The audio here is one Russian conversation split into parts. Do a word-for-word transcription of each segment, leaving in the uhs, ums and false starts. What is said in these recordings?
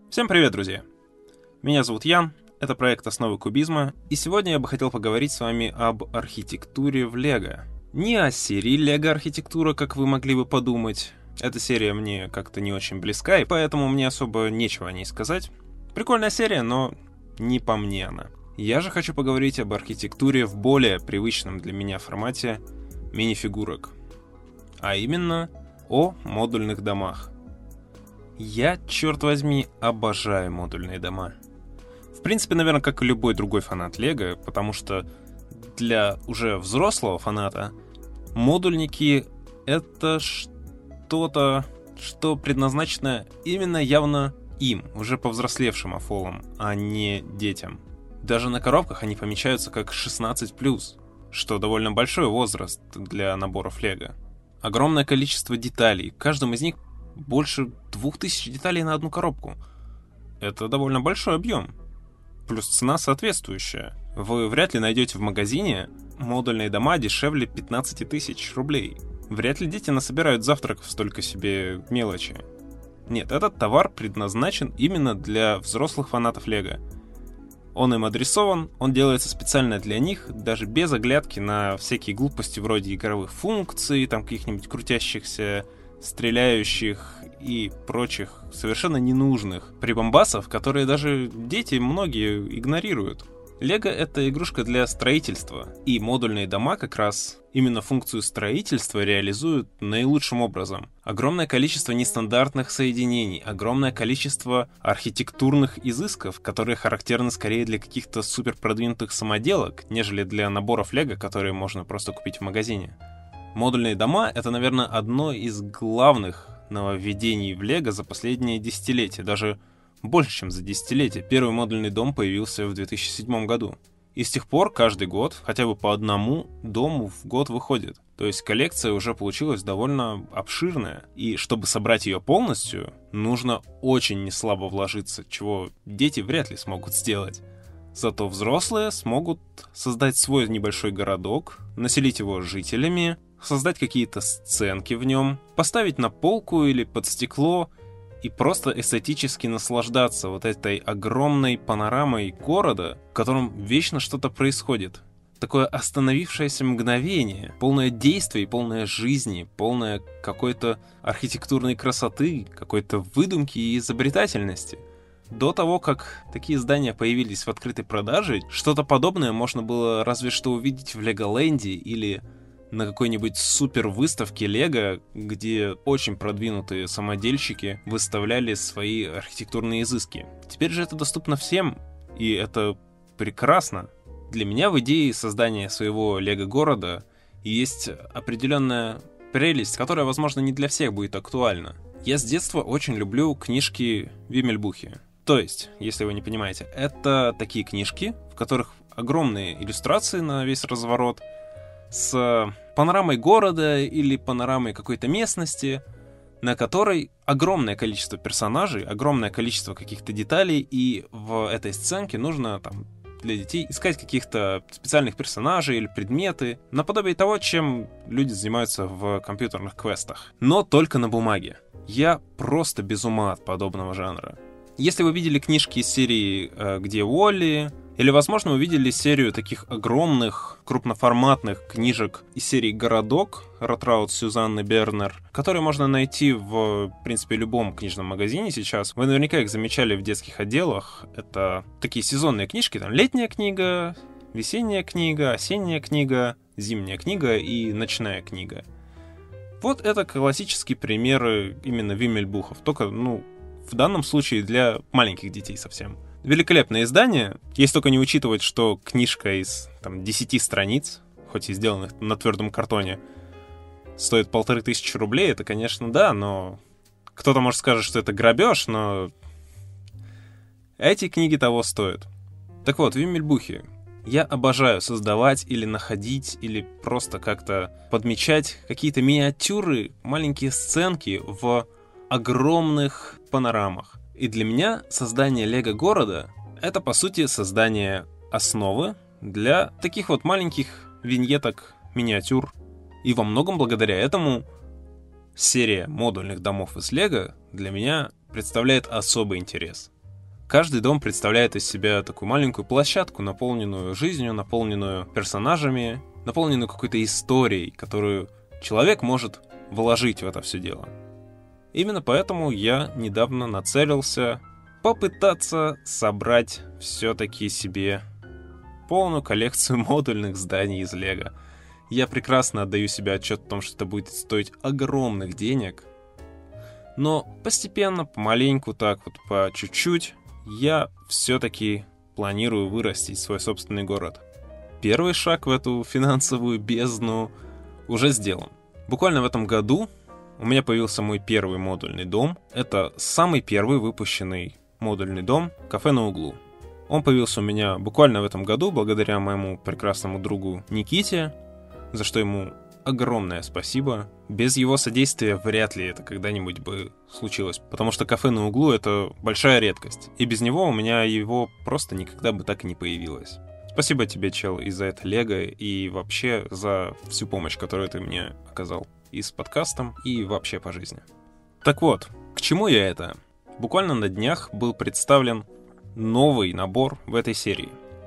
Всем привет, друзья! Меня зовут Ян, это проект «Основы кубизма», и сегодня я бы хотел поговорить с вами об архитектуре в Лего. Не о серии Лего архитектура, как вы могли бы подумать. Эта серия мне как-то не очень близка, и поэтому мне особо нечего о ней сказать. Прикольная серия, но не по мне она. Я же хочу поговорить об архитектуре в более привычном для меня формате мини-фигурок. А именно о модульных домах. Я, черт возьми, обожаю модульные дома. В принципе, наверное, как и любой другой фанат Лего, потому что для уже взрослого фаната модульники — это что-то, что предназначено именно явно им, уже повзрослевшим афолам, а не детям. Даже на коробках они помечаются как шестнадцать плюс, что довольно большой возраст для наборов Лего. Огромное количество деталей, в каждом из них больше двух тысяч деталей на одну коробку. Это довольно большой объем. Плюс цена соответствующая. Вы вряд ли найдете в магазине модульные дома дешевле пятнадцать тысяч рублей. Вряд ли дети насобирают завтраков столько себе мелочи. Нет, этот товар предназначен именно для взрослых фанатов Лего. Он им адресован, он делается специально для них, даже без оглядки на всякие глупости вроде игровых функций, там каких-нибудь крутящихся, стреляющих и прочих совершенно ненужных прибамбасов, которые даже дети многие игнорируют. Лего — это игрушка для строительства, и модульные дома как раз именно функцию строительства реализуют наилучшим образом. Огромное количество нестандартных соединений, огромное количество архитектурных изысков, которые характерны скорее для каких-то супер продвинутых самоделок, нежели для наборов Лего, которые можно просто купить в магазине. Модульные дома — это, наверное, одно из главных нововведений в Лего за последние десятилетия, даже больше, чем за десятилетие. Первый модульный дом появился в две тысячи седьмом году. И с тех пор каждый год хотя бы по одному дому в год выходит. То есть коллекция уже получилась довольно обширная. И чтобы собрать ее полностью, нужно очень неслабо вложиться, чего дети вряд ли смогут сделать. Зато взрослые смогут создать свой небольшой городок, населить его жителями, создать какие-то сценки в нем, поставить на полку или под стекло и просто эстетически наслаждаться вот этой огромной панорамой города, в котором вечно что-то происходит. Такое остановившееся мгновение, полное действий, полное жизни, полное какой-то архитектурной красоты, какой-то выдумки и изобретательности. До того, как такие здания появились в открытой продаже, что-то подобное можно было разве что увидеть в Леголенде или на какой-нибудь супер выставке Лего, где очень продвинутые самодельщики выставляли свои архитектурные изыски. Теперь же это доступно всем, и это прекрасно. Для меня в идее создания своего Лего-города есть определенная прелесть, которая, возможно, не для всех будет актуальна. Я с детства очень люблю книжки Вимельбухи. То есть, если вы не понимаете, это такие книжки, в которых огромные иллюстрации на весь разворот, с панорамой города или панорамой какой-то местности, на которой огромное количество персонажей, огромное количество каких-то деталей, и в этой сценке нужно там для детей искать каких-то специальных персонажей или предметы, наподобие того, чем люди занимаются в компьютерных квестах. Но только на бумаге. Я просто без ума от подобного жанра. Если вы видели книжки из серии «Где Уолли», или, возможно, вы видели серию таких огромных, крупноформатных книжек из серии «Городок» Ротраут Сюзанны Бернер, которые можно найти в, в принципе, любом книжном магазине сейчас. Вы наверняка их замечали в детских отделах. Это такие сезонные книжки, там летняя книга, весенняя книга, осенняя книга, зимняя книга и ночная книга. Вот это классические примеры именно Вимельбухов, только, ну, в данном случае для маленьких детей совсем. Великолепное издание, если только не учитывать, что книжка из там, десяти страниц, хоть и сделанных на твердом картоне, стоит полторы тысячи рублей, это, конечно, да, но кто-то, может, скажет, что это грабеж, но эти книги того стоят. Так вот, Вимельбухи. Я обожаю создавать или находить, или просто как-то подмечать какие-то миниатюры, маленькие сценки в огромных панорамах. И для меня создание Лего-города — это, по сути, создание основы для таких вот маленьких виньеток, миниатюр. И во многом благодаря этому серия модульных домов из Лего для меня представляет особый интерес. Каждый дом представляет из себя такую маленькую площадку, наполненную жизнью, наполненную персонажами, наполненную какой-то историей, которую человек может вложить в это все дело. Именно поэтому я недавно нацелился попытаться собрать все-таки себе полную коллекцию модульных зданий из Лего. Я прекрасно отдаю себе отчет о том, что это будет стоить огромных денег, но постепенно, помаленьку, так вот по чуть-чуть, я все-таки планирую вырастить свой собственный город. Первый шаг в эту финансовую бездну уже сделан. Буквально в этом году у меня появился мой первый модульный дом. Это самый первый выпущенный модульный дом «Кафе на углу». Он появился у меня буквально в этом году благодаря моему прекрасному другу Никите, за что ему огромное спасибо. Без его содействия вряд ли это когда-нибудь бы случилось, потому что кафе на углу — это большая редкость, и без него у меня его просто никогда бы так и не появилось. Спасибо тебе, чел, и за это Лего, и вообще за всю помощь, которую ты мне оказал и с подкастом, и вообще по жизни. Так вот, к чему я это? Буквально на днях был представлен новый набор в этой серии.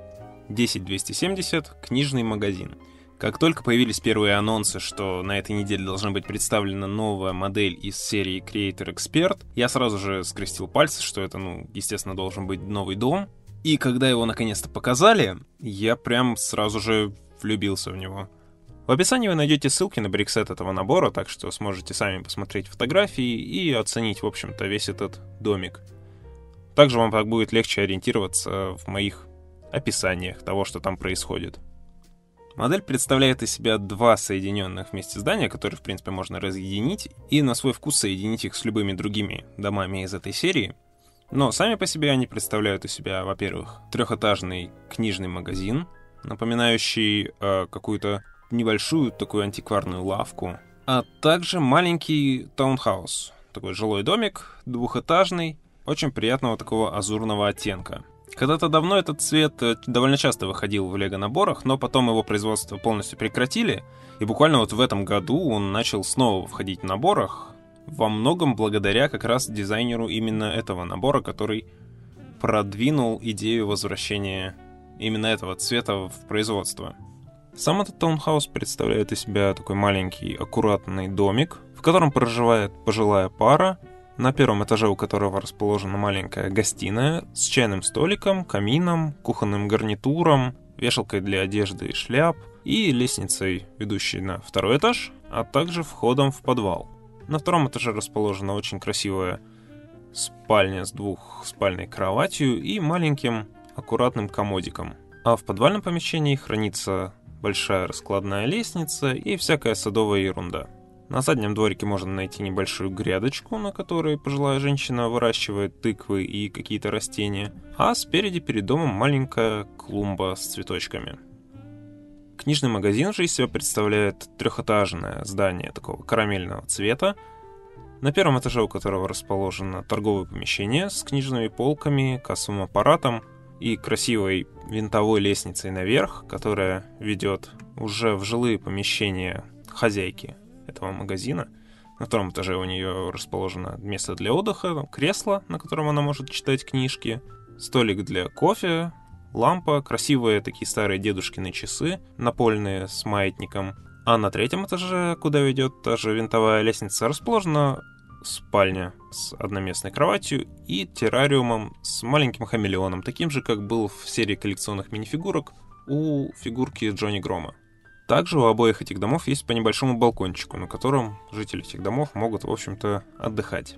десять двести семьдесят книжный магазин. Как только появились первые анонсы, что на этой неделе должна быть представлена новая модель из серии Creator Expert, я сразу же скрестил пальцы, что это, ну, естественно, должен быть новый дом. И когда его наконец-то показали, я прям сразу же влюбился в него. В описании вы найдете ссылки на бриксет этого набора, так что сможете сами посмотреть фотографии и оценить, в общем-то, весь этот домик. Также вам так будет легче ориентироваться в моих описаниях того, что там происходит. Модель представляет из себя два соединенных вместе здания, которые, в принципе, можно разъединить и на свой вкус соединить их с любыми другими домами из этой серии. Но сами по себе они представляют из себя, во-первых, трехэтажный книжный магазин, напоминающий э, какую-то небольшую такую антикварную лавку, а также маленький таунхаус, такой жилой домик, двухэтажный, очень приятного такого азурного оттенка. Когда-то давно этот цвет довольно часто выходил в лего-наборах, но потом его производство полностью прекратили, и буквально вот в этом году он начал снова входить в наборах, во многом благодаря как раз дизайнеру именно этого набора, который продвинул идею возвращения именно этого цвета в производство. Сам этот таунхаус представляет из себя такой маленький аккуратный домик, в котором проживает пожилая пара, на первом этаже у которого расположена маленькая гостиная с чайным столиком, камином, кухонным гарнитуром, вешалкой для одежды и шляп и лестницей, ведущей на второй этаж, а также входом в подвал. На втором этаже расположена очень красивая спальня с двухспальной кроватью и маленьким аккуратным комодиком. А в подвальном помещении хранится большая раскладная лестница и всякая садовая ерунда. На заднем дворике можно найти небольшую грядочку, на которой пожилая женщина выращивает тыквы и какие-то растения, а спереди перед домом маленькая клумба с цветочками. Книжный магазин же из себя представляет трехэтажное здание такого карамельного цвета, на первом этаже у которого расположено торговое помещение с книжными полками, кассовым аппаратом и красивой винтовой лестницей наверх, которая ведет уже в жилые помещения хозяйки этого магазина. На втором этаже у нее расположено место для отдыха, кресло, на котором она может читать книжки, столик для кофе, лампа, красивые такие старые дедушкины часы, напольные с маятником. А на третьем этаже, куда ведет та же винтовая лестница, расположена спальня с одноместной кроватью и террариумом с маленьким хамелеоном, таким же, как был в серии коллекционных минифигурок у фигурки Джонни Грома. Также у обоих этих домов есть по небольшому балкончику, на котором жители этих домов могут, в общем-то, отдыхать.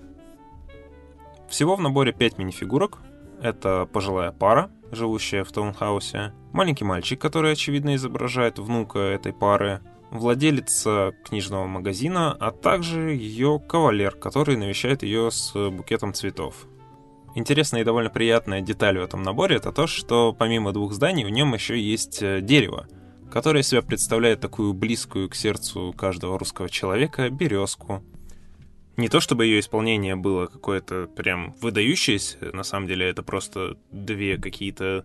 Всего в наборе пять минифигурок. Это пожилая пара, живущая в таунхаусе, маленький мальчик, который, очевидно, изображает внука этой пары, владелица книжного магазина, а также ее кавалер, который навещает ее с букетом цветов. Интересная и довольно приятная деталь в этом наборе — это то, что помимо двух зданий в нем еще есть дерево, которое из себя представляет такую близкую к сердцу каждого русского человека березку. Не то чтобы ее исполнение было какое-то прям выдающееся, на самом деле это просто две какие-то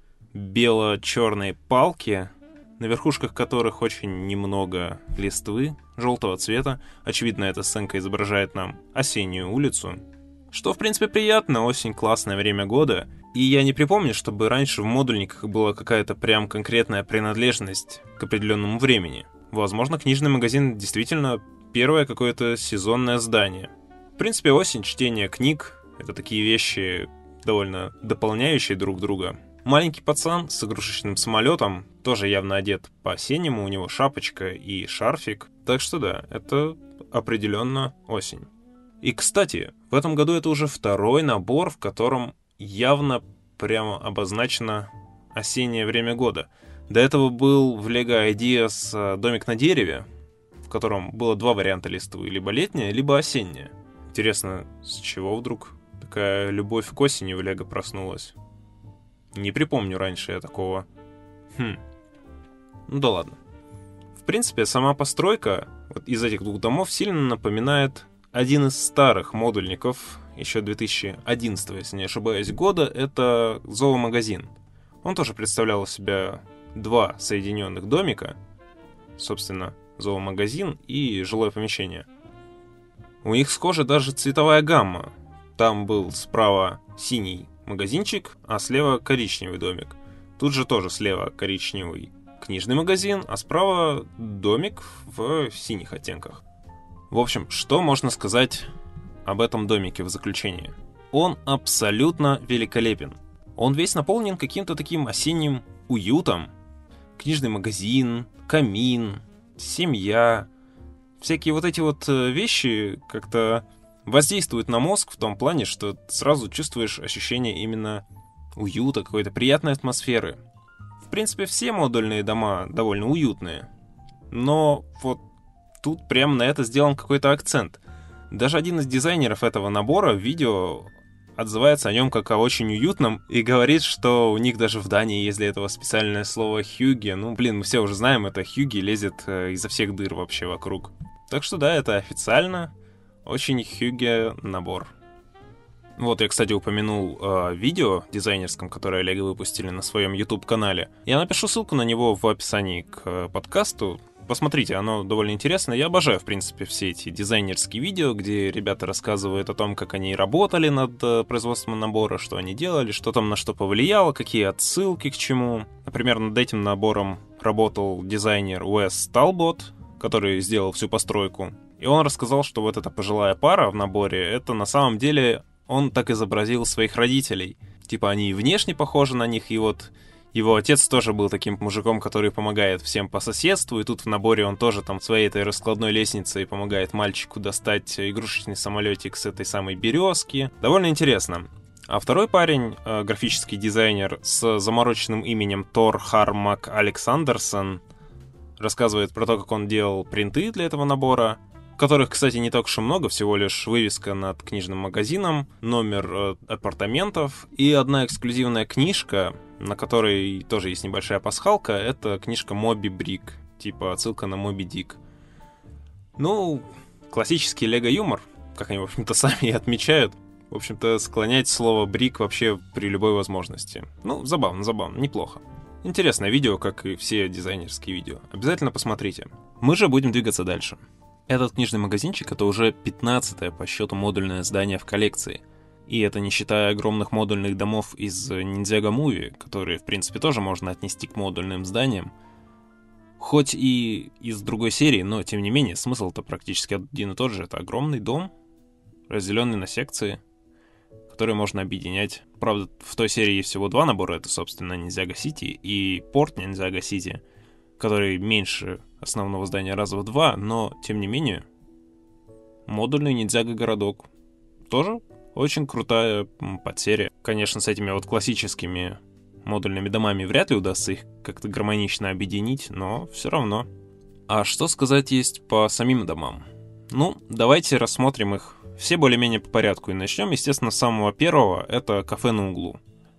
бело-черные палки, на верхушках которых очень немного листвы желтого цвета. Очевидно, эта сценка изображает нам осеннюю улицу. Что, в принципе, приятно, осень — классное время года. И я не припомню, чтобы раньше в модульниках была какая-то прям конкретная принадлежность к определенному времени. Возможно, книжный магазин действительно первое какое-то сезонное здание. В принципе, осень, чтение книг — это такие вещи, довольно дополняющие друг друга. Маленький пацан с игрушечным самолетом, тоже явно одет по-осеннему, у него шапочка и шарфик. Так что да, это определенно осень. И, кстати, в этом году это уже второй набор, в котором явно прямо обозначено осеннее время года. До этого был в LEGO Ideas домик на дереве, в котором было два варианта листвы, либо летняя, либо осенняя. Интересно, с чего вдруг такая любовь к осени в LEGO проснулась? Не припомню раньше я такого. Хм. Ну да ладно. В принципе, сама постройка вот из этих двух домов сильно напоминает один из старых модульников, еще две тысячи одиннадцатого, если не ошибаюсь, года, это зоомагазин. Он тоже представлял из себя два соединенных домика, собственно, зоомагазин и жилое помещение. У них схожа даже цветовая гамма. Там был справа синий магазинчик, а слева коричневый домик. Тут же тоже слева коричневый книжный магазин, а справа домик в синих оттенках. В общем, что можно сказать об этом домике в заключение? Он абсолютно великолепен. Он весь наполнен каким-то таким осенним уютом. Книжный магазин, камин, семья. Всякие вот эти вот вещи как-то воздействуют на мозг в том плане, что сразу чувствуешь ощущение именно уюта, какой-то приятной атмосферы. В принципе, все модульные дома довольно уютные. Но вот тут прямо на это сделан какой-то акцент. Даже один из дизайнеров этого набора в видео отзывается о нем как о очень уютном и говорит, что у них даже в Дании есть для этого специальное слово «хюги». Ну, блин, мы все уже знаем, это хюги лезет изо всех дыр вообще вокруг. Так что да, это официально очень хюги набор. Вот я, кстати, упомянул э, видео дизайнерском, которое LEGO выпустили на своем YouTube-канале. Я напишу ссылку на него в описании к э, подкасту. Посмотрите, оно довольно интересно. Я обожаю, в принципе, все эти дизайнерские видео, где ребята рассказывают о том, как они работали над э, производством набора, что они делали, что там на что повлияло, какие отсылки к чему. Например, над этим набором работал дизайнер Уэс Талбот, который сделал всю постройку. И он рассказал, что вот эта пожилая пара в наборе, это на самом деле он так изобразил своих родителей. Типа они и внешне похожи на них, и вот его отец тоже был таким мужиком, который помогает всем по соседству, и тут в наборе он тоже там своей этой раскладной лестницей помогает мальчику достать игрушечный самолетик с этой самой березки. Довольно интересно. А второй парень, э, графический дизайнер с замороченным именем Тор Хармак Александерсон, рассказывает про то, как он делал принты для этого набора, которых, кстати, не так уж и много, всего лишь вывеска над книжным магазином, номер э, апартаментов и одна эксклюзивная книжка, на которой тоже есть небольшая пасхалка, это книжка Моби Брик, типа отсылка на Моби Дик. Ну, классический лего-юмор, как они, в общем-то, сами и отмечают. В общем-то, склонять слово «брик» вообще при любой возможности. Ну, забавно, забавно, неплохо. Интересное видео, как и все дизайнерские видео. Обязательно посмотрите. Мы же будем двигаться дальше. Этот книжный магазинчик — это уже пятнадцатое по счету модульное здание в коллекции. И это не считая огромных модульных домов из Ninjago Movie, которые, в принципе, тоже можно отнести к модульным зданиям. Хоть и из другой серии, но, тем не менее, смысл-то практически один и тот же. Это огромный дом, разделенный на секции, которые можно объединять. Правда, в той серии есть всего два набора. Это, собственно, Ninjago City и Порт Ninjago City, который меньше основного здания раза в два, но, тем не менее, модульный Ninjago городок. Тоже очень крутая подсерия. Конечно, с этими вот классическими модульными домами вряд ли удастся их как-то гармонично объединить, но все равно. А что сказать есть по самим домам? Ну, давайте рассмотрим их все более-менее по порядку. И начнем, естественно, с самого первого. Это кафе на углу.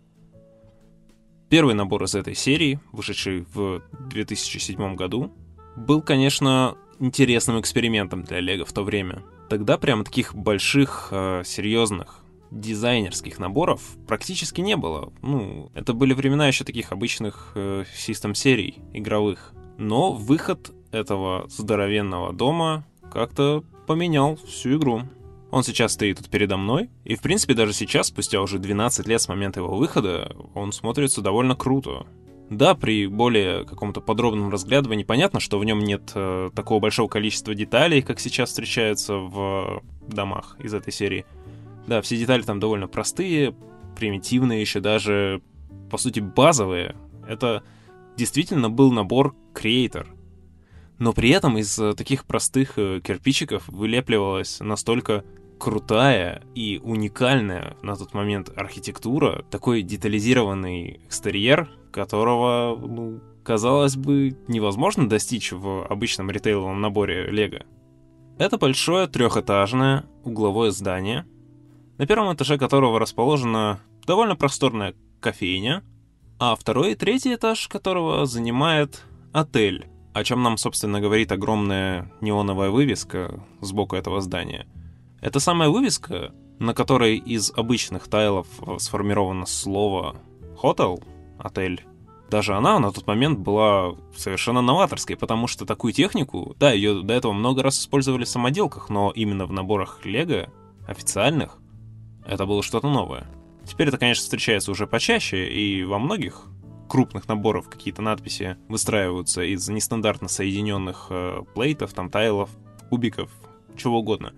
Первый набор из этой серии, вышедший в две тысячи седьмом году, был, конечно, интересным экспериментом для LEGO в то время. Тогда прямо таких больших, э, серьезных дизайнерских наборов практически не было. Ну, это были времена еще таких обычных э, систем-серий игровых. Но выход этого здоровенного дома как-то поменял всю игру. Он сейчас стоит тут передо мной, и, в принципе, даже сейчас, спустя уже двенадцать лет с момента его выхода, он смотрится довольно круто. Да, при более каком-то подробном разглядывании понятно, что в нем нет э, такого большого количества деталей, как сейчас встречаются в домах из этой серии. Да, все детали там довольно простые, примитивные еще даже, по сути, базовые. Это действительно был набор Creator. Но при этом из таких простых кирпичиков вылепливалась настолько крутая и уникальная на тот момент архитектура, такой детализированный экстерьер, которого, ну, казалось бы, невозможно достичь в обычном ритейловом наборе Лего. Это большое трехэтажное угловое здание, на первом этаже которого расположена довольно просторная кофейня, а второй и третий этаж которого занимает отель, о чем нам, собственно, говорит огромная неоновая вывеска сбоку этого здания. Это самая вывеска, на которой из обычных тайлов сформировано слово «hotel», «отель». Даже она на тот момент была совершенно новаторской, потому что такую технику, да, ее до этого много раз использовали в самоделках, но именно в наборах Лего, официальных, это было что-то новое. Теперь это, конечно, встречается уже почаще, и во многих крупных наборах какие-то надписи выстраиваются из нестандартно соединенных э, плейтов, там, тайлов, кубиков, чего угодно.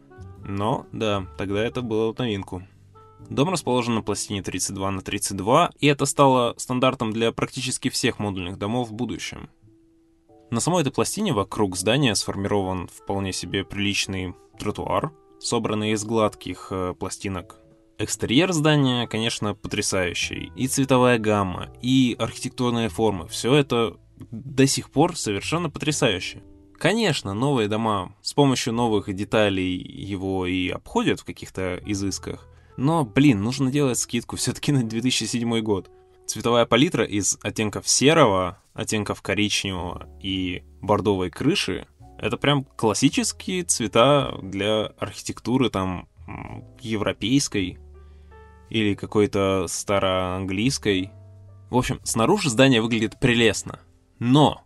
Но, да, тогда это было в новинку. Дом расположен на пластине тридцать два на тридцать два, и это стало стандартом для практически всех модульных домов в будущем. На самой этой пластине вокруг здания сформирован вполне себе приличный тротуар, собранный из гладких э, пластинок. Экстерьер здания, конечно, потрясающий. И цветовая гамма, и архитектурные формы. Все это до сих пор совершенно потрясающе. Конечно, новые дома с помощью новых деталей его и обходят в каких-то изысках. Но, блин, нужно делать скидку все-таки на две тысячи седьмой год. Цветовая палитра из оттенков серого, оттенков коричневого и бордовой крыши — это прям классические цвета для архитектуры там европейской или какой-то староанглийской. В общем, снаружи здание выглядит прелестно. Но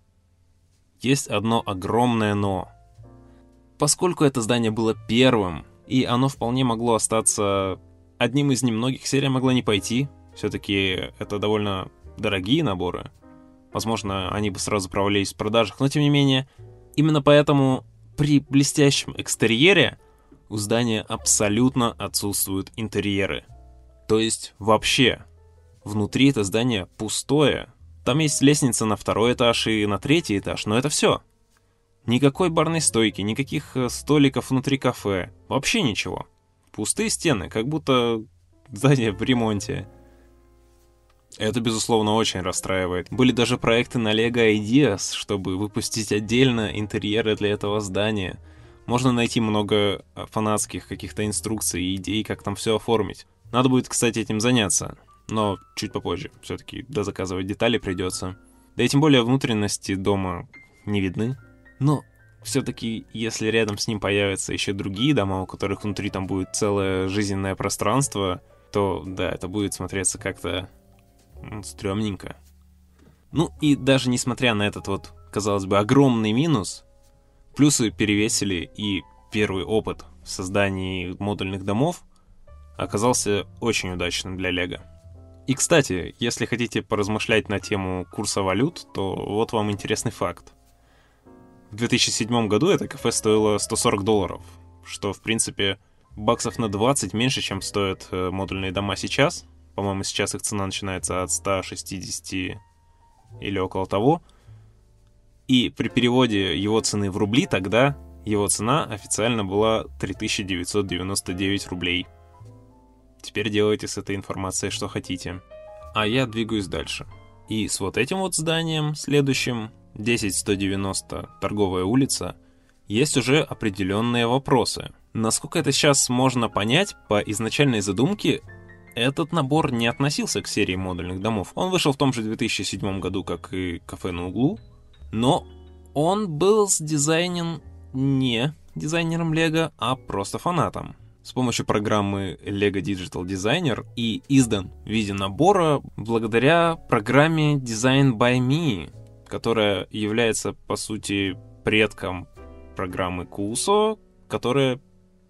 есть одно огромное но. Поскольку это здание было первым, и оно вполне могло остаться одним из немногих, серия могла не пойти. Все-таки это довольно дорогие наборы. Возможно, они бы сразу провалились в продажах, но тем не менее, именно поэтому при блестящем экстерьере у здания абсолютно отсутствуют интерьеры. То есть вообще, внутри это здание пустое. Там есть лестница на второй этаж и на третий этаж, но это все. Никакой барной стойки, никаких столиков внутри кафе, вообще ничего. Пустые стены, как будто здание в ремонте. Это, безусловно, очень расстраивает. Были даже проекты на Lego Ideas, чтобы выпустить отдельно интерьеры для этого здания. Можно найти много фанатских каких-то инструкций и идей, как там все оформить. Надо будет, кстати, этим заняться, но чуть попозже. Все-таки дозаказывать детали придется. Да и тем более внутренности дома не видны. Но все-таки, если рядом с ним появятся еще другие дома, у которых внутри там будет целое жизненное пространство, то да, это будет смотреться как-то ну, стрёмненько. Ну и даже несмотря на этот вот, казалось бы, огромный минус, плюсы перевесили, и первый опыт в создании модульных домов оказался очень удачным для Лего. И, кстати, если хотите поразмышлять на тему курса валют, то вот вам интересный факт. В две тысячи седьмом году это кафе стоило сто сорок долларов, что, в принципе, баксов на двадцать меньше, чем стоят э, модульные дома сейчас. По-моему, сейчас их цена начинается от ста шестидесяти или около того. И при переводе его цены в рубли тогда его цена официально была три тысячи девятьсот девяносто девять рублей. Теперь делайте с этой информацией что хотите. А я двигаюсь дальше. И с вот этим вот зданием, следующим, десять сто девяносто Торговая улица, есть уже определенные вопросы. Насколько это сейчас можно понять, по изначальной задумке, этот набор не относился к серии модульных домов. Он вышел в том же две тысячи седьмом году, как и кафе на углу, но он был сдизайнен не дизайнером Lego, а просто фанатом. С помощью программы Lego Digital Designer и издан в виде набора благодаря программе Design by Me, которая является, по сути, предком программы Kuso, которая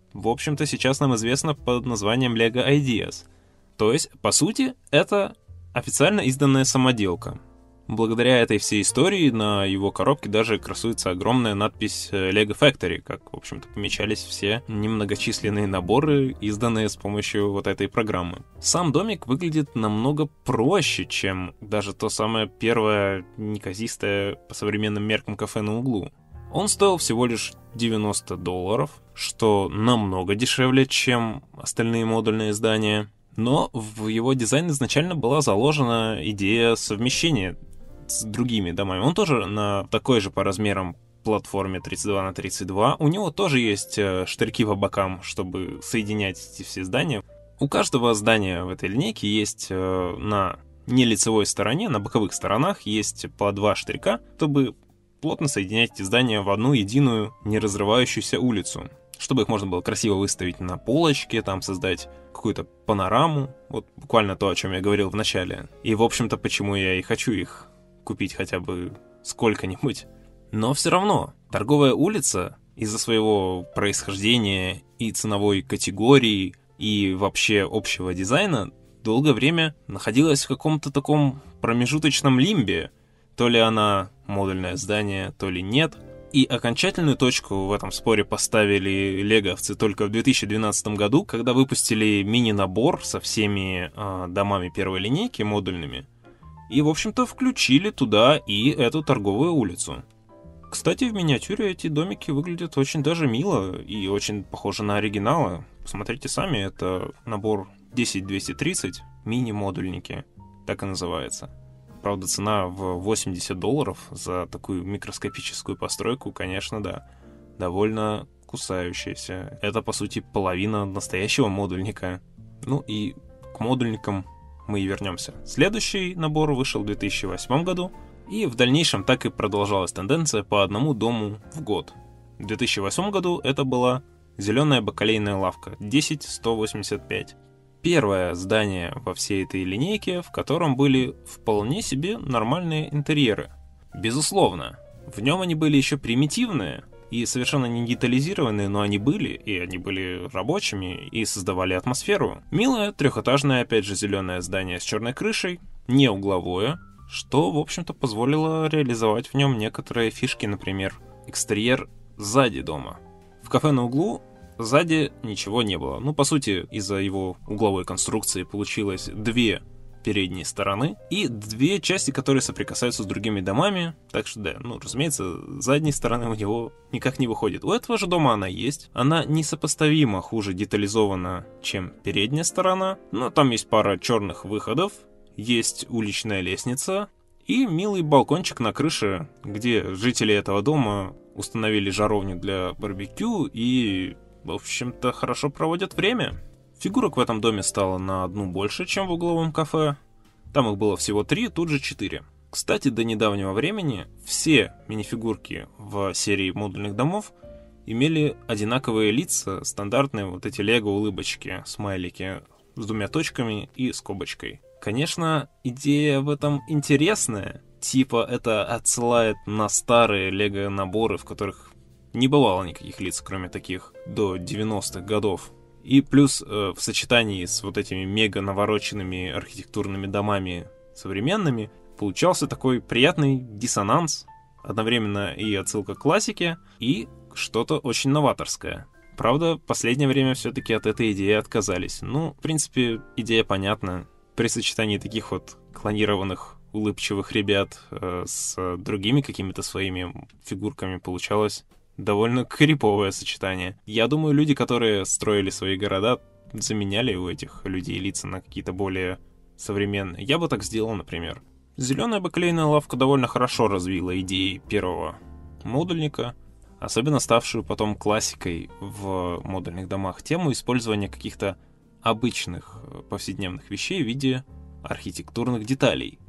в общем-то, сейчас нам известно под названием LEGO Ideas. То есть, по сути, это официально изданная самоделка. Благодаря этой всей истории на его коробке даже красуется огромная надпись LEGO Factory, как, в общем-то, помечались все немногочисленные наборы, изданные с помощью вот этой программы. Сам домик выглядит намного проще, чем даже то самое первое неказистое по современным меркам кафе на углу. Он стоил всего лишь девяносто долларов, что намного дешевле, чем остальные модульные здания. Но в его дизайн изначально была заложена идея совмещения с другими домами. Он тоже на такой же по размерам платформе тридцать два на тридцать два. У него тоже есть штырьки по бокам, чтобы соединять эти все здания. У каждого здания в этой линейке есть на нелицевой стороне, на боковых сторонах есть по два штырька, чтобы плотно соединять эти здания в одну единую неразрывающуюся улицу, чтобы их можно было красиво выставить на полочке, там создать какую-то панораму, вот буквально то, о чем я говорил в начале. И, в общем-то, почему я и хочу их купить хотя бы сколько-нибудь. Но все равно, торговая улица из-за своего происхождения и ценовой категории, и вообще общего дизайна долгое время находилась в каком-то таком промежуточном лимбе. То ли она модульное здание, то ли нет. И окончательную точку в этом споре поставили леговцы только в две тысячи двенадцатом году, когда выпустили мини-набор со всеми э, домами первой линейки модульными. И, в общем-то, включили туда и эту торговую улицу. Кстати, в миниатюре эти домики выглядят очень даже мило и очень похожи на оригиналы. Посмотрите сами, это набор десять двести тридцать, мини-модульники, так и называется. Правда, цена в восемьдесят долларов за такую микроскопическую постройку, конечно, да, довольно кусающаяся. Это, по сути, половина настоящего модульника. Ну и к модульникам мы и вернемся. Следующий набор вышел в две тысячи восьмом году, и в дальнейшем так и продолжалась тенденция по одному дому в год. В две тысячи восьмом году это была зеленая бакалейная лавка десять сто восемьдесят пять. Первое здание во всей этой линейке, в котором были вполне себе нормальные интерьеры. Безусловно, в нем они были еще примитивные и совершенно не детализированные, но они были, и они были рабочими, и создавали атмосферу. Милое, трехэтажное, опять же, зеленое здание с черной крышей, не угловое, что, в общем-то, позволило реализовать в нем некоторые фишки, например, экстерьер сзади дома. В кафе на углу сзади ничего не было. Ну, по сути, из-за его угловой конструкции получилось две передние стороны и две части, которые соприкасаются с другими домами. Так что, да, ну, разумеется, с задней стороны у него никак не выходит. У этого же дома она есть. Она несопоставимо хуже детализована, чем передняя сторона. Но там есть пара черных выходов, есть уличная лестница и милый балкончик на крыше, где жители этого дома установили жаровню для барбекю и, в общем-то, хорошо проводят время. Фигурок в этом доме стало на одну больше, чем в угловом кафе. Там их было всего три, тут же четыре. Кстати, до недавнего времени все минифигурки в серии модульных домов имели одинаковые лица, стандартные вот эти лего-улыбочки, смайлики с двумя точками и скобочкой. Конечно, идея в этом интересная. Типа это отсылает на старые лего-наборы, в которых не бывало никаких лиц, кроме таких до девяностых годов. И плюс э, в сочетании с вот этими мега навороченными архитектурными домами современными получался такой приятный диссонанс, одновременно и отсылка к классике, и что-то очень новаторское. Правда, в последнее время все-таки от этой идеи отказались. Ну, в принципе, идея понятна. При сочетании таких вот клонированных улыбчивых ребят э, с другими какими-то своими фигурками получалось довольно криповое сочетание. Я думаю, люди, которые строили свои города, заменяли у этих людей лица на какие-то более современные. Я бы так сделал, например. Зеленая бакалейная лавка довольно хорошо развила идеи первого модульника, особенно ставшую потом классикой в модульных домах тему использования каких-то обычных повседневных вещей в виде архитектурных деталей.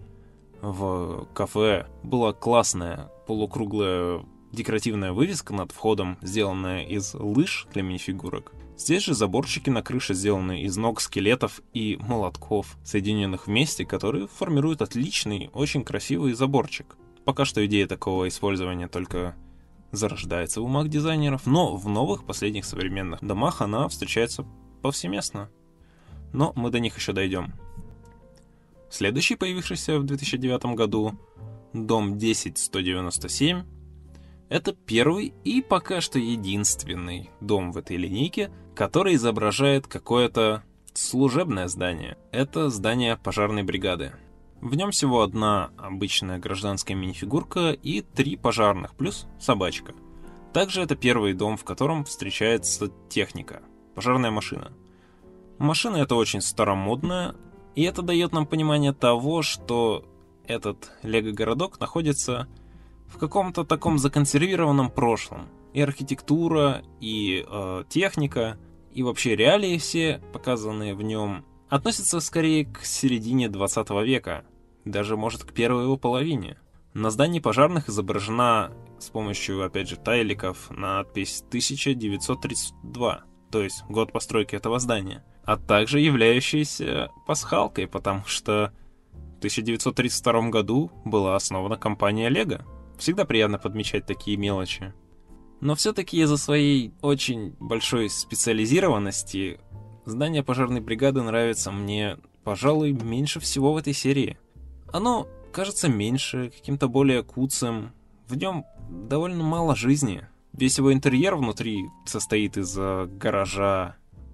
В кафе была классная полукруглая декоративная вывеска над входом, сделанная из лыж для минифигурок. Здесь же заборчики на крыше сделаны из ног скелетов и молотков, соединенных вместе, которые формируют отличный, очень красивый заборчик. Пока что идея такого использования только зарождается в умах дизайнеров, но в новых последних современных домах она встречается повсеместно. Но мы до них еще дойдем. Следующий, появившийся в две тысячи девятом году, дом десять сто девяносто семь, это первый и пока что единственный дом в этой линейке, который изображает какое-то служебное здание. Это здание пожарной бригады. В нем всего одна обычная гражданская минифигурка и три пожарных, плюс собачка. Также это первый дом, в котором встречается техника, пожарная машина. Машина эта очень старомодная, и это дает нам понимание того, что этот лего-городок находится в каком-то таком законсервированном прошлом. И архитектура, и э, техника, и вообще реалии все, показанные в нем, относятся скорее к середине двадцатого века, даже, может, к первой его половине. На здании пожарных изображена с помощью, опять же, тайликов надпись тысяча девятьсот тридцать два, то есть год постройки этого здания, а также являющаяся пасхалкой, потому что в тысяча девятьсот тридцать втором году была основана компания Lego. Всегда приятно подмечать такие мелочи. Но все-таки из-за своей очень большой специализированности здание пожарной бригады нравится мне, пожалуй, меньше всего в этой серии. Оно кажется меньше, каким-то более куцым. В нем довольно мало жизни. Весь его интерьер внутри состоит из гаража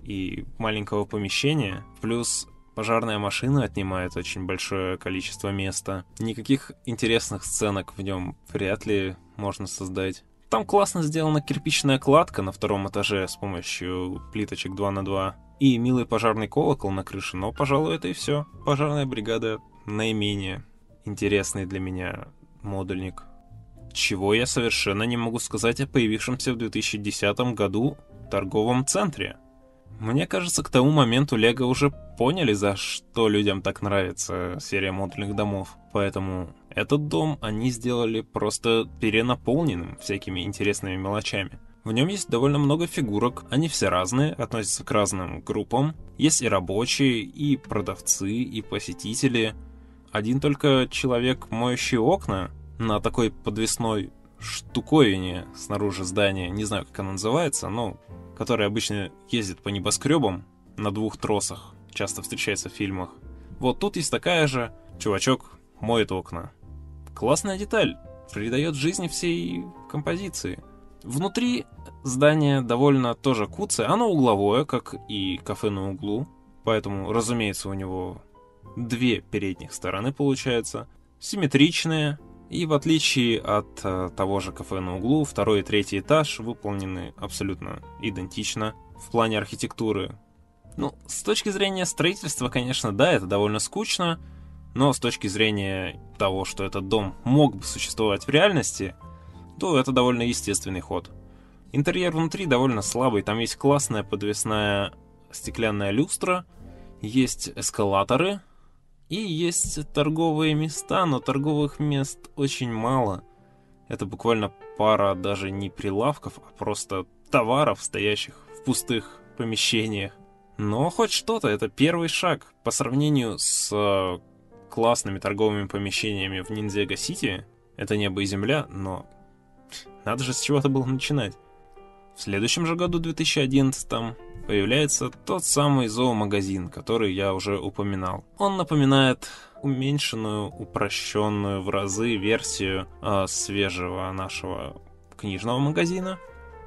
и маленького помещения. Плюс пожарная машина отнимает очень большое количество места. Никаких интересных сценок в нем вряд ли можно создать. Там классно сделана кирпичная кладка на втором этаже с помощью плиточек два на два. И милый пожарный колокол на крыше, но, пожалуй, это и все. Пожарная бригада наименее интересный для меня модульник. Чего я совершенно не могу сказать о появившемся в две тысячи десятом году торговом центре. Мне кажется, к тому моменту Lego уже поняли, за что людям так нравится серия модульных домов. Поэтому этот дом они сделали просто перенаполненным всякими интересными мелочами. В нем есть довольно много фигурок, они все разные, относятся к разным группам. Есть и рабочие, и продавцы, и посетители. Один только человек, моющий окна, на такой подвесной штуковине снаружи здания, не знаю, как она называется, но который обычно ездит по небоскребам на двух тросах, часто встречается в фильмах. Вот тут есть такая же, чувачок моет окна. Классная деталь, придает жизни всей композиции. Внутри здание довольно тоже куцое, оно угловое, как и кафе на углу, поэтому, разумеется, у него две передних стороны получается, симметричные, и в отличие от э, того же кафе на углу, второй и третий этаж выполнены абсолютно идентично в плане архитектуры. Ну, с точки зрения строительства, конечно, да, это довольно скучно, но с точки зрения того, что этот дом мог бы существовать в реальности, то это довольно естественный ход. Интерьер внутри довольно слабый, там есть классная подвесная стеклянная люстра, есть эскалаторы и есть торговые места, но торговых мест очень мало. Это буквально пара даже не прилавков, а просто товаров, стоящих в пустых помещениях. Но хоть что-то, это первый шаг по сравнению с классными торговыми помещениями в Ниндзяго-Сити. Это небо и земля, но надо же с чего-то было начинать. В следующем же году, две тысячи одиннадцатом, появляется тот самый зоомагазин, который я уже упоминал. Он напоминает уменьшенную, упрощенную в разы версию э, свежего нашего книжного магазина,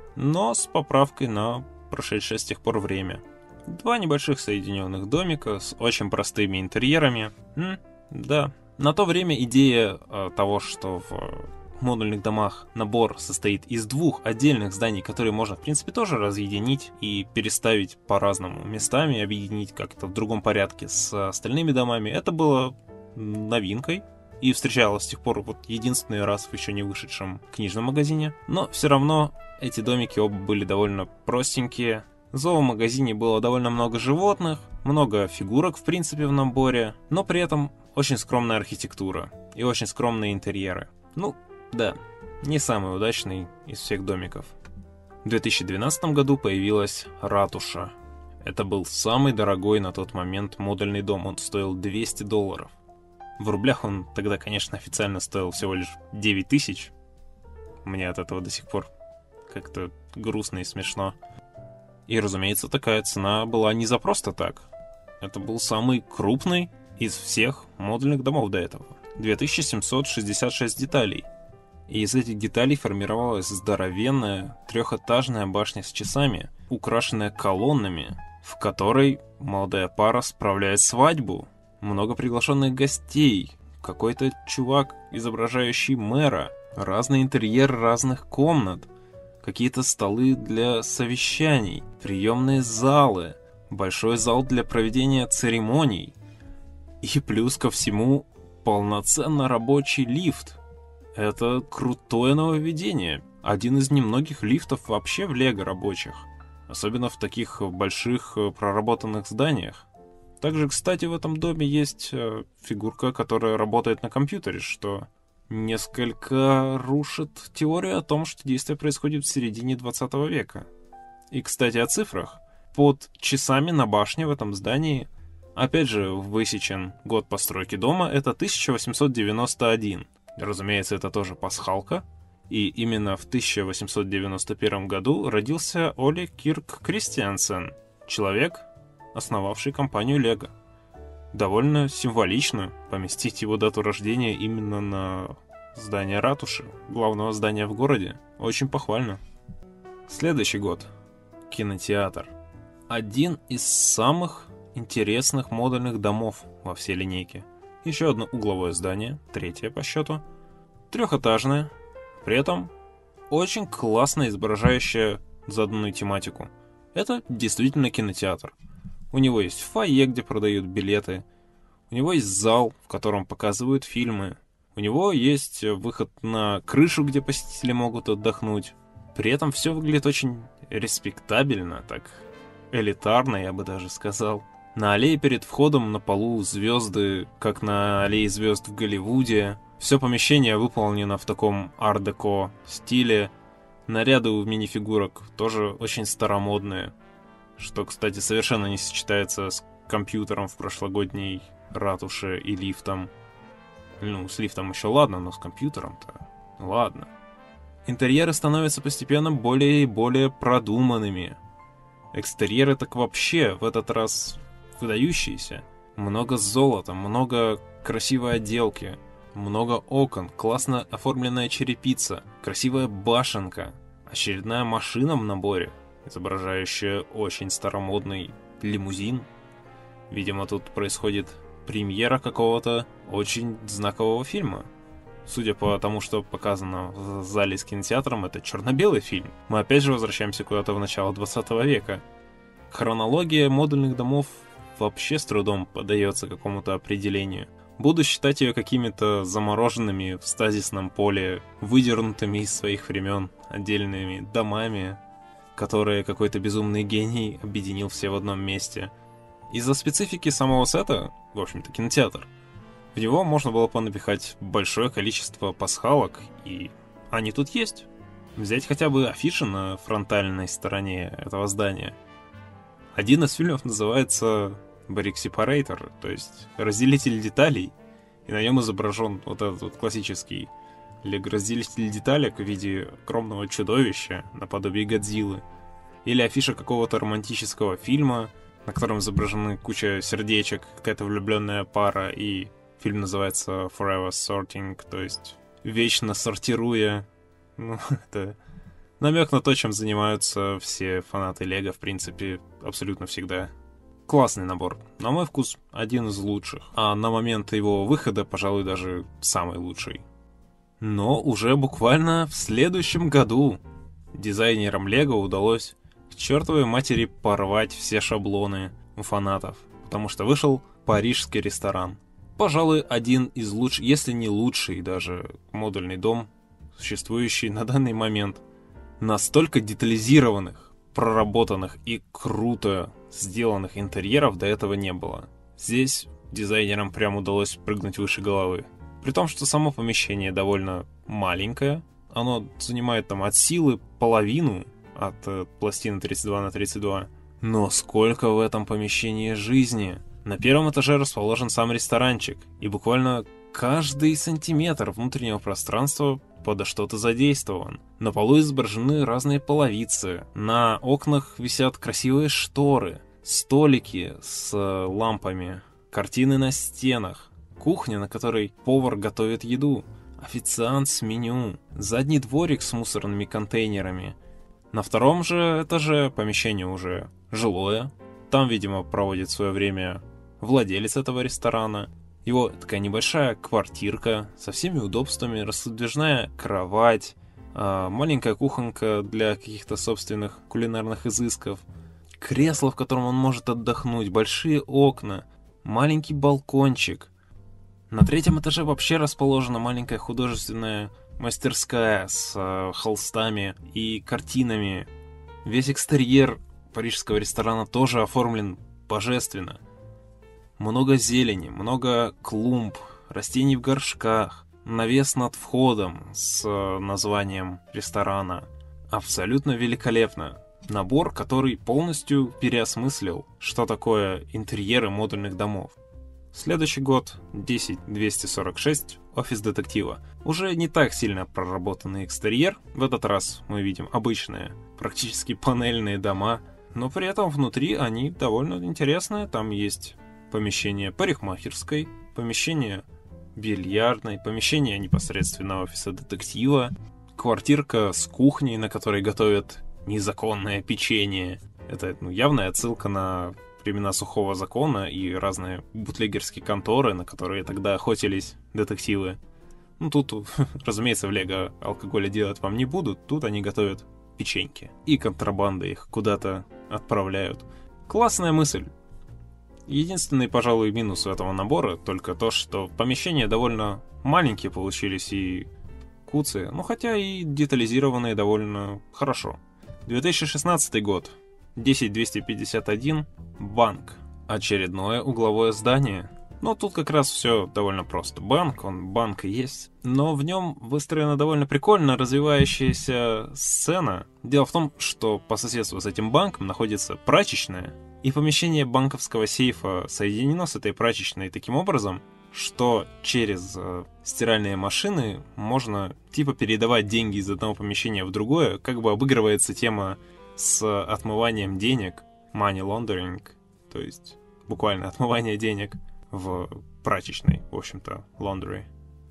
но с поправкой на прошедшее с тех пор время. Два небольших соединенных домика с очень простыми интерьерами. М, да, на то время идея э, того, что в модульных домах набор состоит из двух отдельных зданий, которые можно, в принципе, тоже разъединить и переставить по-разному местами, объединить как-то в другом порядке с остальными домами. Это было новинкой и встречалось с тех пор вот единственный раз в еще не вышедшем книжном магазине. Но все равно эти домики оба были довольно простенькие. В зоомагазине было довольно много животных, много фигурок, в принципе, в наборе, но при этом очень скромная архитектура и очень скромные интерьеры. Ну, да, не самый удачный из всех домиков. В две тысячи двенадцатом году появилась ратуша. Это был самый дорогой на тот момент модульный дом, он стоил двести долларов. В рублях он тогда, конечно, официально стоил всего лишь девять тысяч. Мне от этого до сих пор как-то грустно и смешно. И, разумеется, такая цена была не за просто так. Это был самый крупный из всех модульных домов до этого. две тысячи семьсот шестьдесят шесть деталей. И из этих деталей формировалась здоровенная трехэтажная башня с часами, украшенная колоннами, в которой молодая пара справляет свадьбу. Много приглашенных гостей, какой-то чувак, изображающий мэра, разный интерьер разных комнат, какие-то столы для совещаний, приемные залы, большой зал для проведения церемоний. И плюс ко всему полноценно рабочий лифт. Это крутое нововведение. Один из немногих лифтов вообще в Лего рабочих. Особенно в таких больших проработанных зданиях. Также, кстати, в этом доме есть фигурка, которая работает на компьютере, что несколько рушит теорию о том, что действие происходит в середине двадцатого века. И, кстати, о цифрах. Под часами на башне в этом здании, опять же, высечен год постройки дома, это тысяча восемьсот девяносто один. Разумеется, это тоже пасхалка. И именно в тысяча восемьсот девяносто первом году родился Оли Кирк Кристиансен, человек, основавший компанию Лего. Довольно символично поместить его дату рождения именно на здание ратуши, главного здания в городе. Очень похвально. Следующий год. Кинотеатр. Один из самых интересных модульных домов во всей линейке. Еще одно угловое здание, третье по счету, трехэтажное, при этом очень классно изображающее заданную тематику. Это действительно кинотеатр. У него есть фойе, где продают билеты, у него есть зал, в котором показывают фильмы, у него есть выход на крышу, где посетители могут отдохнуть. При этом все выглядит очень респектабельно, так элитарно, я бы даже сказал. На аллее перед входом на полу звезды, как на аллее звезд в Голливуде. Все помещение выполнено в таком ар-деко стиле. Наряды у минифигурок тоже очень старомодные, что, кстати, совершенно не сочетается с компьютером в прошлогодней ратуше и лифтом. Ну, с лифтом еще ладно, но с компьютером-то ладно. Интерьеры становятся постепенно более и более продуманными. Экстерьеры так вообще в этот раз выдающиеся. Много золота, много красивой отделки, много окон, классно оформленная черепица, красивая башенка, очередная машина в наборе, изображающая очень старомодный лимузин. Видимо, тут происходит премьера какого-то очень знакового фильма. Судя по тому, что показано в зале с кинотеатром, это черно-белый фильм. Мы опять же возвращаемся куда-то в начало двадцатого века. Хронология модульных домов вообще с трудом поддается какому-то определению. Буду считать ее какими-то замороженными в стазисном поле, выдернутыми из своих времен отдельными домами, которые какой-то безумный гений объединил все в одном месте. Из-за специфики самого сета, в общем-то, кинотеатр, в него можно было понапихать большое количество пасхалок, и они тут есть. Взять хотя бы афиши на фронтальной стороне этого здания. Один из фильмов называется Brick Separator, то есть разделитель деталей, и на нем изображен вот этот вот классический лего-разделитель деталек в виде огромного чудовища, наподобие Годзиллы, или афиша какого-то романтического фильма, на котором изображены куча сердечек, какая-то влюбленная пара, и фильм называется Forever Sorting, то есть вечно сортируя. Ну, это намек на то, чем занимаются все фанаты Лего, в принципе, абсолютно всегда. Классный набор. На мой вкус, один из лучших. А на момент его выхода, пожалуй, даже самый лучший. Но уже буквально в следующем году дизайнерам Лего удалось к чертовой матери порвать все шаблоны у фанатов. Потому что вышел парижский ресторан. Пожалуй, один из лучших, если не лучший даже модульный дом, существующий на данный момент. Настолько детализированных, проработанных и круто сделанных интерьеров до этого не было. Здесь дизайнерам прям удалось прыгнуть выше головы. При том, что само помещение довольно маленькое. Оно занимает там от силы половину от э, пластины тридцать два на тридцать два. Но сколько в этом помещении жизни! На первом этаже расположен сам ресторанчик. И буквально каждый сантиметр внутреннего пространства подо что-то задействован. На полу изображены разные половицы, на окнах висят красивые шторы, столики с лампами, картины на стенах, кухня, на которой повар готовит еду, официант с меню, задний дворик с мусорными контейнерами. На втором же этаже помещение уже жилое. Там, видимо, проводит свое время владелец этого ресторана. Его такая небольшая квартирка со всеми удобствами, раздвижная кровать, маленькая кухонка для каких-то собственных кулинарных изысков, кресло, в котором он может отдохнуть, большие окна, маленький балкончик. На третьем этаже вообще расположена маленькая художественная мастерская с э, холстами и картинами. Весь экстерьер парижского ресторана тоже оформлен божественно. Много зелени, много клумб, растений в горшках, навес над входом с э, названием ресторана. Абсолютно великолепно. Набор, который полностью переосмыслил, что такое интерьеры модульных домов. Следующий год, десять двести сорок шесть, офис детектива. Уже не так сильно проработанный экстерьер. В этот раз мы видим обычные, практически панельные дома, но при этом внутри они довольно интересные. Там есть помещение парикмахерской, помещение бильярдной, помещение непосредственно офиса детектива, квартирка с кухней, на которой готовят незаконное печенье. Это ну, явная отсылка на времена сухого закона и разные бутлегерские конторы, на которые тогда охотились детективы. Ну тут, разумеется, в Лего алкоголя делать вам не будут, тут они готовят печеньки. И контрабанды их куда-то отправляют. Классная мысль. Единственный, пожалуй, минус у этого набора только то, что помещения довольно маленькие получились и куцые, ну хотя и детализированные довольно хорошо. две тысячи шестнадцатый год. десять двести пятьдесят один. Банк. Очередное угловое здание. Но тут как раз все довольно просто. Банк, он банк и есть. Но в нем выстроена довольно прикольно развивающаяся сцена. Дело в том, что по соседству с этим банком находится прачечная. И помещение банковского сейфа соединено с этой прачечной таким образом, что через э, стиральные машины можно типа передавать деньги из одного помещения в другое. Как бы обыгрывается тема с отмыванием денег, money laundering, то есть буквально отмывание денег в прачечной, в общем-то, laundry.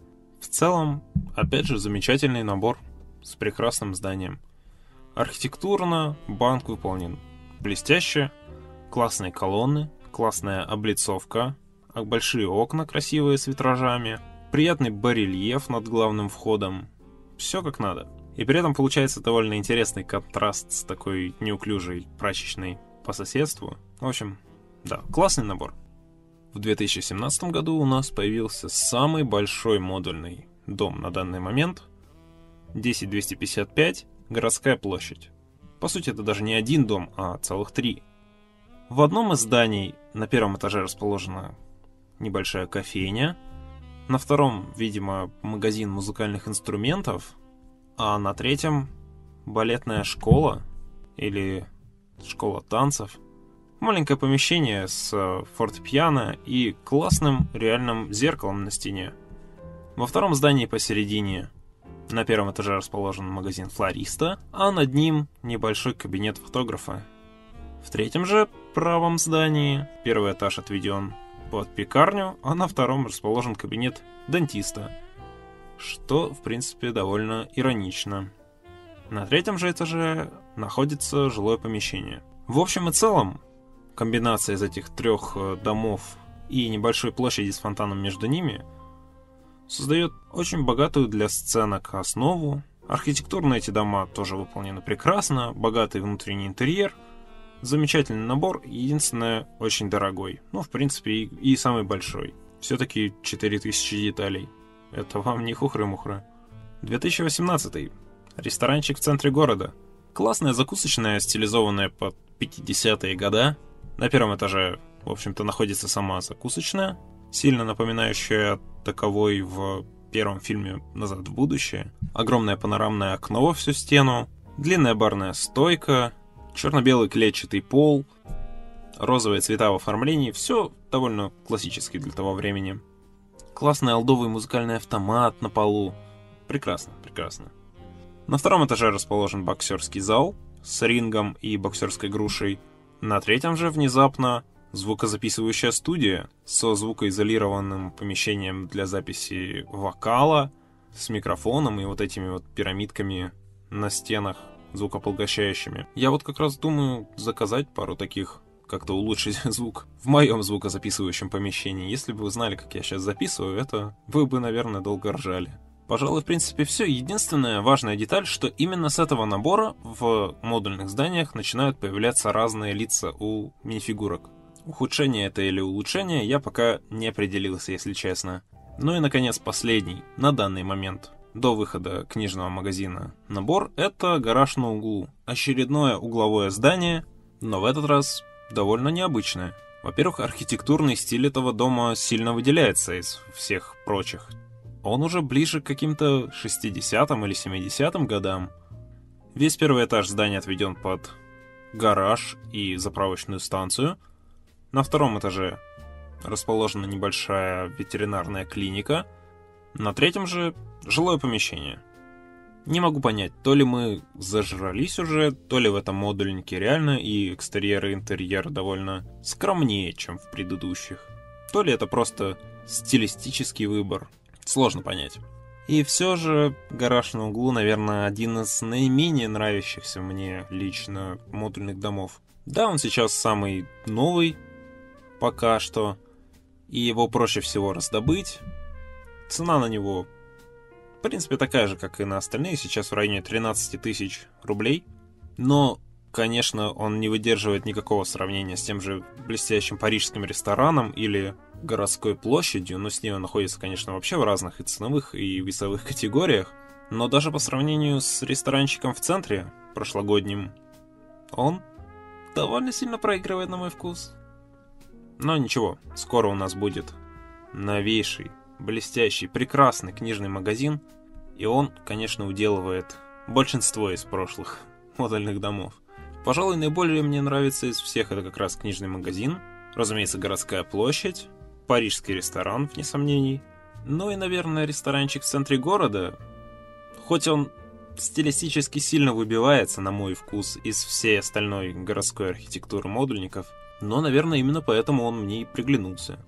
В целом, опять же, замечательный набор с прекрасным зданием. Архитектурно банк выполнен блестяще, классные колонны, классная облицовка, большие окна красивые с витражами, приятный барельеф над главным входом. Все как надо. И при этом получается довольно интересный контраст с такой неуклюжей прачечной по соседству. В общем, да, классный набор. В две тысячи семнадцатом году у нас появился самый большой модульный дом на данный момент. десять двести пятьдесят пять, городская площадь. По сути, это даже не один дом, а целых три. В одном из зданий на первом этаже расположена небольшая кофейня. На втором, видимо, магазин музыкальных инструментов. А на третьем балетная школа или школа танцев. Маленькое помещение с фортепиано и классным реальным зеркалом на стене. Во втором здании посередине на первом этаже расположен магазин флориста, а над ним небольшой кабинет фотографа. В третьем же правом здании первый этаж отведен под пекарню, а на втором расположен кабинет дантиста. Что, в принципе, довольно иронично. На третьем же этаже находится жилое помещение. В общем и целом, комбинация из этих трех домов и небольшой площади с фонтаном между ними создает очень богатую для сценок основу. Архитектурно эти дома тоже выполнены прекрасно, богатый внутренний интерьер, замечательный набор, единственное, очень дорогой. Ну, в принципе, и, и самый большой. Все-таки четыре тысячи деталей. Это вам не хухры-мухры. две тысячи восемнадцатый. Ресторанчик в центре города. Классная закусочная, стилизованная под пятидесятые года. На первом этаже, в общем-то, находится сама закусочная, сильно напоминающая таковой в первом фильме «Назад в будущее». Огромное панорамное окно во всю стену, длинная барная стойка, черно-белый клетчатый пол, розовые цвета в оформлении. Все довольно классически для того времени. Классный олдовый музыкальный автомат на полу. Прекрасно, прекрасно. На втором этаже расположен боксерский зал с рингом и боксерской грушей. На третьем же внезапно звукозаписывающая студия со звукоизолированным помещением для записи вокала, с микрофоном и вот этими вот пирамидками на стенах звукопоглощающими. Я вот как раз думаю заказать пару таких, как-то улучшить звук в моем звукозаписывающем помещении. Если бы вы знали, как я сейчас записываю, это вы бы, наверное, долго ржали. Пожалуй, в принципе, все. Единственная важная деталь, что именно с этого набора в модульных зданиях начинают появляться разные лица у минифигурок. Ухудшение это или улучшение, я пока не определился, если честно. Ну и, наконец, последний, на данный момент, до выхода книжного магазина, набор — это гараж на углу. Очередное угловое здание, но в этот раз довольно необычное. Во-первых, архитектурный стиль этого дома сильно выделяется из всех прочих. Он уже ближе к каким-то шестидесятым или семидесятым годам. Весь первый этаж здания отведен под гараж и заправочную станцию. На втором этаже расположена небольшая ветеринарная клиника. На третьем же жилое помещение. Не могу понять, то ли мы зажрались уже, то ли в этом модульнике реально и экстерьер и интерьер довольно скромнее, чем в предыдущих. То ли это просто стилистический выбор. Сложно понять. И все же гараж на углу, наверное, один из наименее нравящихся мне лично модульных домов. Да, он сейчас самый новый пока что, и его проще всего раздобыть. Цена на него, в принципе, такая же, как и на остальные, сейчас в районе тринадцать тысяч рублей. Но, конечно, он не выдерживает никакого сравнения с тем же блестящим парижским рестораном или городской площадью, но с ней он находится, конечно, вообще в разных и ценовых, и весовых категориях. Но даже по сравнению с ресторанчиком в центре, прошлогодним, он довольно сильно проигрывает на мой вкус. Но ничего, скоро у нас будет новейший, блестящий, прекрасный книжный магазин, и он, конечно, уделывает большинство из прошлых модульных домов. Пожалуй, наиболее мне нравится из всех это как раз книжный магазин, разумеется, городская площадь, парижский ресторан, вне сомнений. Ну и, наверное, ресторанчик в центре города. Хоть он стилистически сильно выбивается, на мой вкус, из всей остальной городской архитектуры модульников, но, наверное, именно поэтому он мне и приглянулся.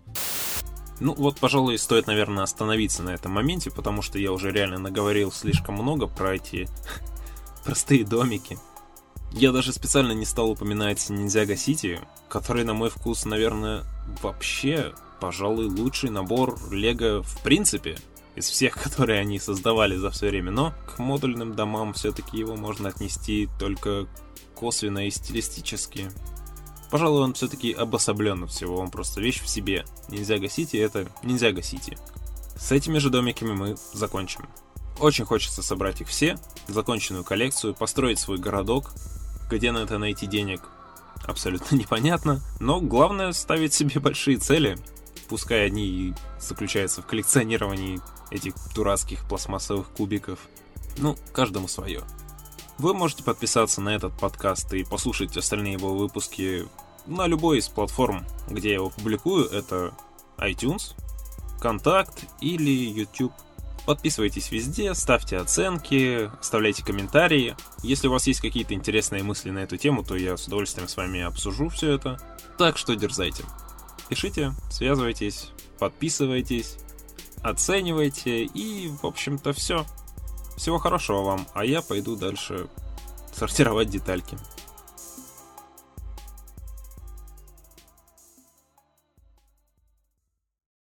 Ну вот, пожалуй, стоит, наверное, остановиться на этом моменте, потому что я уже реально наговорил слишком много про эти простые домики. Я даже специально не стал упоминать Ниндзяго Сити, который, на мой вкус, наверное, вообще, пожалуй, лучший набор Лего в принципе, из всех, которые они создавали за все время. Но к модульным домам все-таки его можно отнести только косвенно и стилистически. Пожалуй, он все-таки обособлен от всего, он просто вещь в себе. Ниндзяго Сити — это Ниндзяго Сити. С этими же домиками мы закончим. Очень хочется собрать их все, законченную коллекцию, построить свой городок. Где на это найти денег, абсолютно непонятно. Но главное — ставить себе большие цели. Пускай они и заключаются в коллекционировании этих дурацких пластмассовых кубиков. Ну, каждому свое. Вы можете подписаться на этот подкаст и послушать остальные его выпуски на любой из платформ, где я его публикую. Это iTunes, Контакт или YouTube. Подписывайтесь везде, ставьте оценки, оставляйте комментарии. Если у вас есть какие-то интересные мысли на эту тему, то я с удовольствием с вами обсужу все это. Так что дерзайте. Пишите, связывайтесь, подписывайтесь, оценивайте и, в общем-то, все. Всего хорошего вам, а я пойду дальше сортировать детальки.